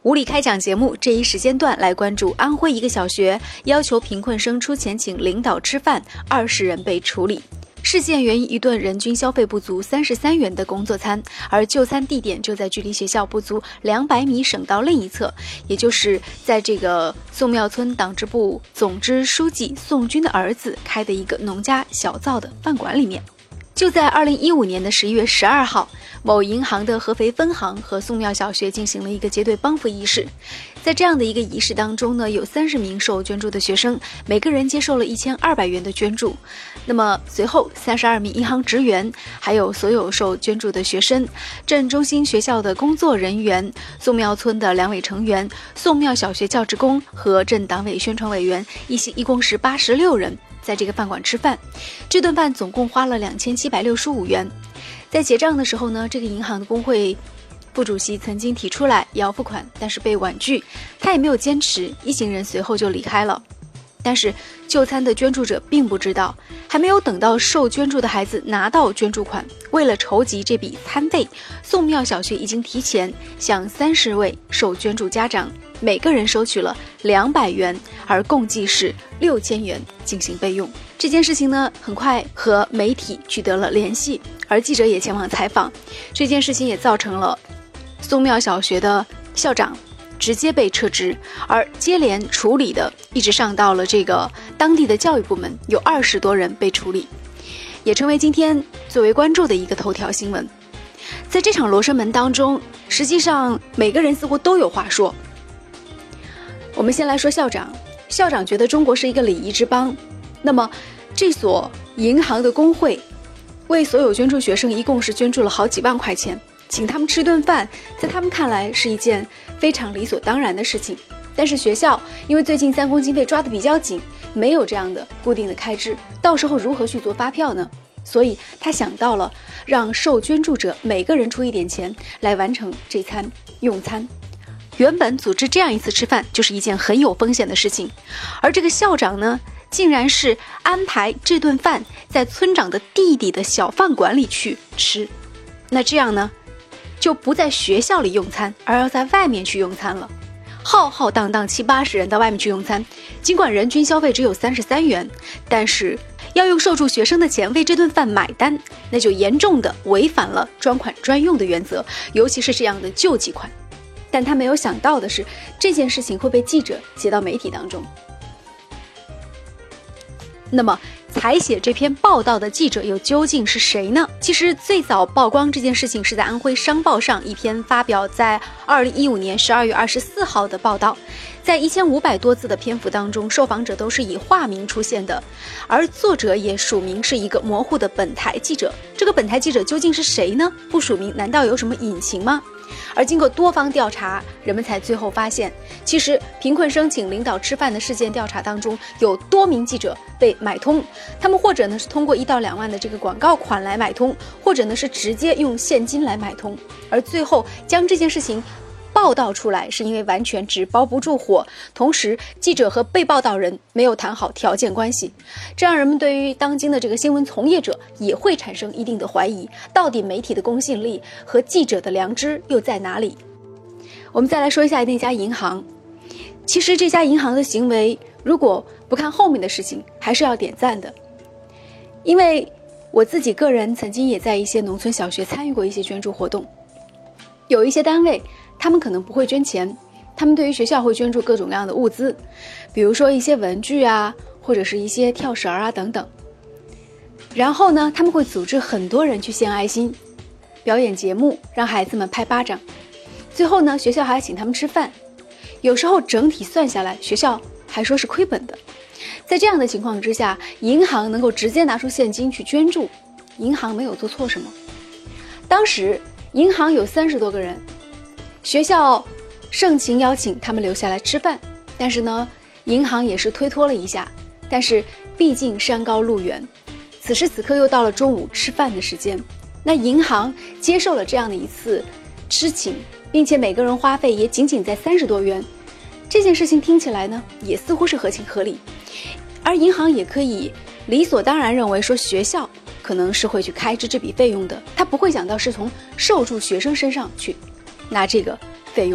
无理开讲节目这一时间段来关注安徽一个小学要求贫困生出钱请领导吃饭，20人被处理。事件源于一顿人均消费不足33元的工作餐，而就餐地点就在距离学校不足200米省道另一侧，也就是在这个宋庙村党支部总支书记宋军的儿子开的一个农家小灶的饭馆里面。就在2015年的11月12号，某银行的合肥分行和宋庙小学进行了一个结对帮扶仪式。在这样的一个仪式当中呢，有30名受捐助的学生，每个人接受了1200元的捐助。那么随后32名银行职员，还有所有受捐助的学生，镇中心学校的工作人员，宋庙村的两委成员，宋庙小学教职工和镇党委宣传委员，一共是86人在这个饭馆吃饭。这顿饭总共花了2765元。在结账的时候呢，这个银行的工会副主席曾经提出来也要付款，但是被婉拒，他也没有坚持，一行人随后就离开了。但是就餐的捐助者并不知道，还没有等到受捐助的孩子拿到捐助款，为了筹集这笔餐费，宋庙小学已经提前向30位受捐助家长每个人收取了200元，而共计是6000元进行备用。这件事情呢，很快和媒体取得了联系，而记者也前往采访。这件事情也造成了宋庙小学的校长直接被撤职，而接连处理的一直上到了这个当地的教育部门，有20多人被处理，也成为今天最为关注的一个头条新闻。在这场罗生门当中，实际上每个人似乎都有话说。我们先来说校长，校长觉得中国是一个礼仪之邦，那么这所银行的工会为所有捐助学生一共是捐助了好几万块钱，请他们吃顿饭，在他们看来是一件非常理所当然的事情。但是学校因为最近3公经费抓得比较紧，没有这样的固定的开支，到时候如何去做发票呢？所以他想到了让受捐助者每个人出一点钱来完成这餐用餐。原本组织这样一次吃饭就是一件很有风险的事情，而这个校长呢，竟然是安排这顿饭在村长的弟弟的小饭馆里去吃。那这样呢，就不在学校里用餐，而要在外面去用餐了。浩浩荡荡70-80人到外面去用餐，尽管人均消费只有33元，但是要用受助学生的钱为这顿饭买单，那就严重的违反了专款专用的原则，尤其是这样的救济款。但他没有想到的是，这件事情会被记者写到媒体当中。那么采写这篇报道的记者又究竟是谁呢？其实最早曝光这件事情是在安徽商报上一篇发表在2015年12月24号的报道，在1500多字的篇幅当中，受访者都是以化名出现的，而作者也署名是一个模糊的本台记者。这个本台记者究竟是谁呢？不署名难道有什么隐情吗？而经过多方调查，人们才最后发现，其实贫困生请领导吃饭的事件调查当中，有多名记者被买通，他们或者呢是通过1到2万的这个广告款来买通，或者呢是直接用现金来买通，而最后将这件事情报道出来，是因为完全纸包不住火，同时记者和被报道人没有谈好条件关系，这让人们对于当今的这个新闻从业者也会产生一定的怀疑，到底媒体的公信力和记者的良知又在哪里？我们再来说一下那家银行。其实这家银行的行为，如果不看后面的事情，还是要点赞的。因为我自己个人曾经也在一些农村小学参与过一些捐助活动，有一些单位他们可能不会捐钱，他们对于学校会捐助各种各样的物资，比如说一些文具啊，或者是一些跳绳啊等等。然后呢，他们会组织很多人去献爱心，表演节目，让孩子们拍巴掌。最后呢，学校还请他们吃饭，有时候整体算下来，学校还说是亏本的。在这样的情况之下，银行能够直接拿出现金去捐助，银行没有做错什么。当时银行有30多个人，学校盛情邀请他们留下来吃饭，但是呢，银行也是推脱了一下。但是毕竟山高路远，此时此刻又到了中午吃饭的时间，那银行接受了这样的一次痴情，并且每个人花费也仅仅在30多元。这件事情听起来呢，也似乎是合情合理，而银行也可以理所当然认为说学校可能是会去开支这笔费用的，他不会想到是从受助学生身上去拿这个费用。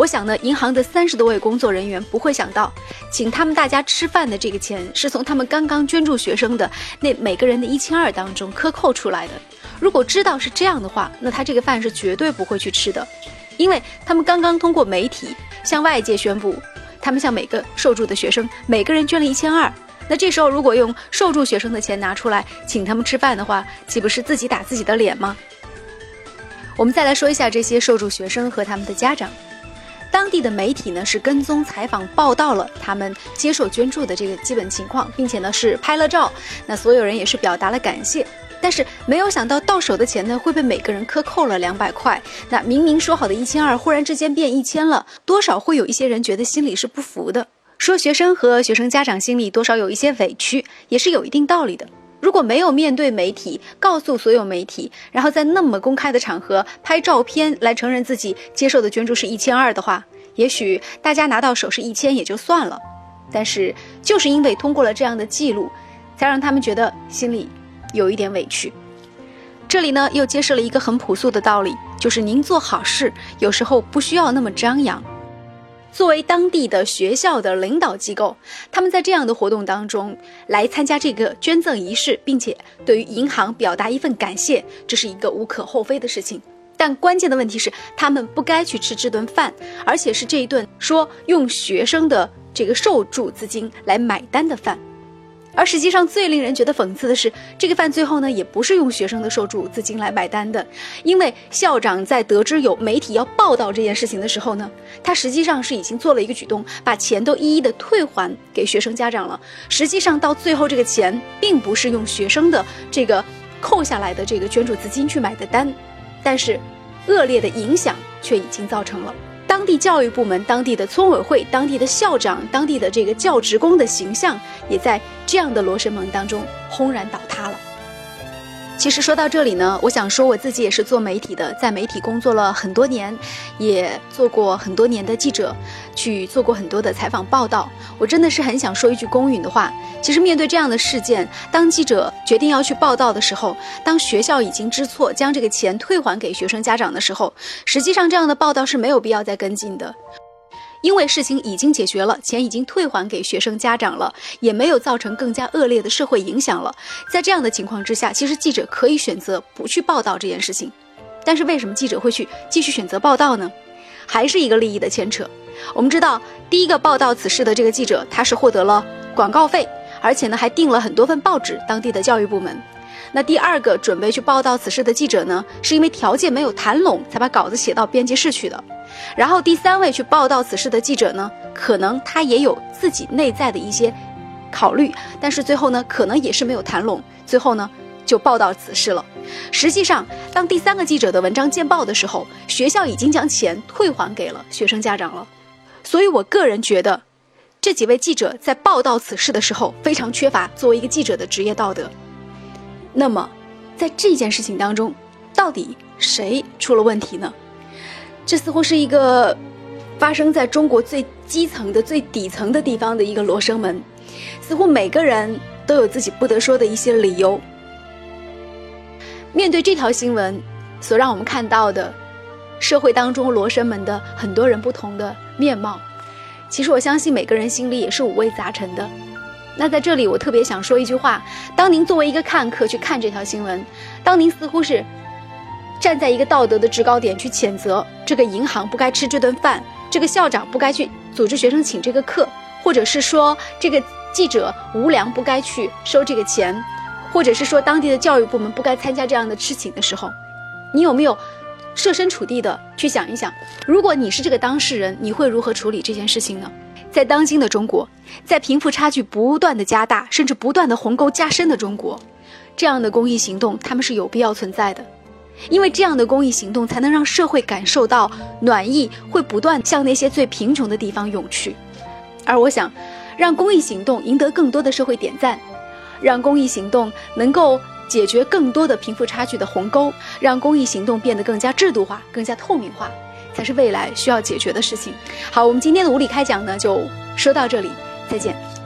我想呢，银行的30多位工作人员不会想到，请他们大家吃饭的这个钱是从他们刚刚捐助学生的那每个人的1200当中克扣出来的。如果知道是这样的话，那他这个饭是绝对不会去吃的，因为他们刚刚通过媒体向外界宣布，他们向每个受助的学生每个人捐了1200。那这时候如果用受助学生的钱拿出来请他们吃饭的话，岂不是自己打自己的脸吗？我们再来说一下这些受助学生和他们的家长。当地的媒体呢是跟踪采访报道了他们接受捐助的这个基本情况，并且呢是拍了照，那所有人也是表达了感谢。但是没有想到到手的钱呢会被每个人克扣了200块，那明明说好的1200忽然之间变1000了，多少会有一些人觉得心里是不服的。说学生和学生家长心里多少有一些委屈，也是有一定道理的。如果没有面对媒体，告诉所有媒体，然后在那么公开的场合拍照片来承认自己接受的捐助是1200的话，也许大家拿到手是1000也就算了。但是就是因为通过了这样的记录，才让他们觉得心里有一点委屈。这里呢又揭示了一个很朴素的道理，就是您做好事有时候不需要那么张扬。作为当地的学校的领导机构，他们在这样的活动当中来参加这个捐赠仪式，并且对于银行表达一份感谢，这是一个无可厚非的事情。但关键的问题是，他们不该去吃这顿饭，而且是这一顿说用学生的这个受助资金来买单的饭。而实际上最令人觉得讽刺的是，这个饭最后呢也不是用学生的受助资金来买单的，因为校长在得知有媒体要报道这件事情的时候呢，他实际上是已经做了一个举动，把钱都一一的退还给学生家长了。实际上到最后这个钱并不是用学生的这个扣下来的这个捐助资金去买的单，但是恶劣的影响却已经造成了。当地教育部门、当地的村委会、当地的校长、当地的这个教职工的形象也在这样的罗生门当中轰然倒塌了。其实说到这里呢，我想说我自己也是做媒体的，在媒体工作了很多年，也做过很多年的记者，去做过很多的采访报道。我真的是很想说一句公允的话，其实面对这样的事件，当记者决定要去报道的时候，当学校已经知错，将这个钱退还给学生家长的时候，实际上这样的报道是没有必要再跟进的。因为事情已经解决了，钱已经退还给学生家长了，也没有造成更加恶劣的社会影响了。在这样的情况之下，其实记者可以选择不去报道这件事情。但是为什么记者会去继续选择报道呢？还是一个利益的牵扯。我们知道，第一个报道此事的这个记者，他是获得了广告费，而且呢还订了很多份报纸，当地的教育部门。那第二个准备去报道此事的记者呢，是因为条件没有谈拢，才把稿子写到编辑室去的。然后第三位去报道此事的记者呢，可能他也有自己内在的一些考虑，但是最后呢可能也是没有谈拢，最后呢就报道此事了。实际上当第三个记者的文章见报的时候，学校已经将钱退还给了学生家长了。所以我个人觉得这几位记者在报道此事的时候非常缺乏作为一个记者的职业道德。那么在这件事情当中，到底谁出了问题呢？这似乎是一个发生在中国最基层的最底层的地方的一个罗生门，似乎每个人都有自己不得说的一些理由。面对这条新闻所让我们看到的社会当中罗生门的很多人不同的面貌，其实我相信每个人心里也是五味杂陈的。那在这里我特别想说一句话，当您作为一个看客去看这条新闻，当您似乎是站在一个道德的制高点去谴责这个银行不该吃这顿饭，这个校长不该去组织学生请这个课，或者是说这个记者无良不该去收这个钱，或者是说当地的教育部门不该参加这样的事情的时候，你有没有设身处地的去想一想，如果你是这个当事人，你会如何处理这件事情呢？在当今的中国，在贫富差距不断的加大，甚至不断的鸿沟加深的中国，这样的公益行动他们是有必要存在的。因为这样的公益行动才能让社会感受到暖意，会不断向那些最贫穷的地方涌去。而我想让公益行动赢得更多的社会点赞，让公益行动能够解决更多的贫富差距的鸿沟，让公益行动变得更加制度化，更加透明化，才是未来需要解决的事情。好，我们今天的无理开讲呢就说到这里，再见。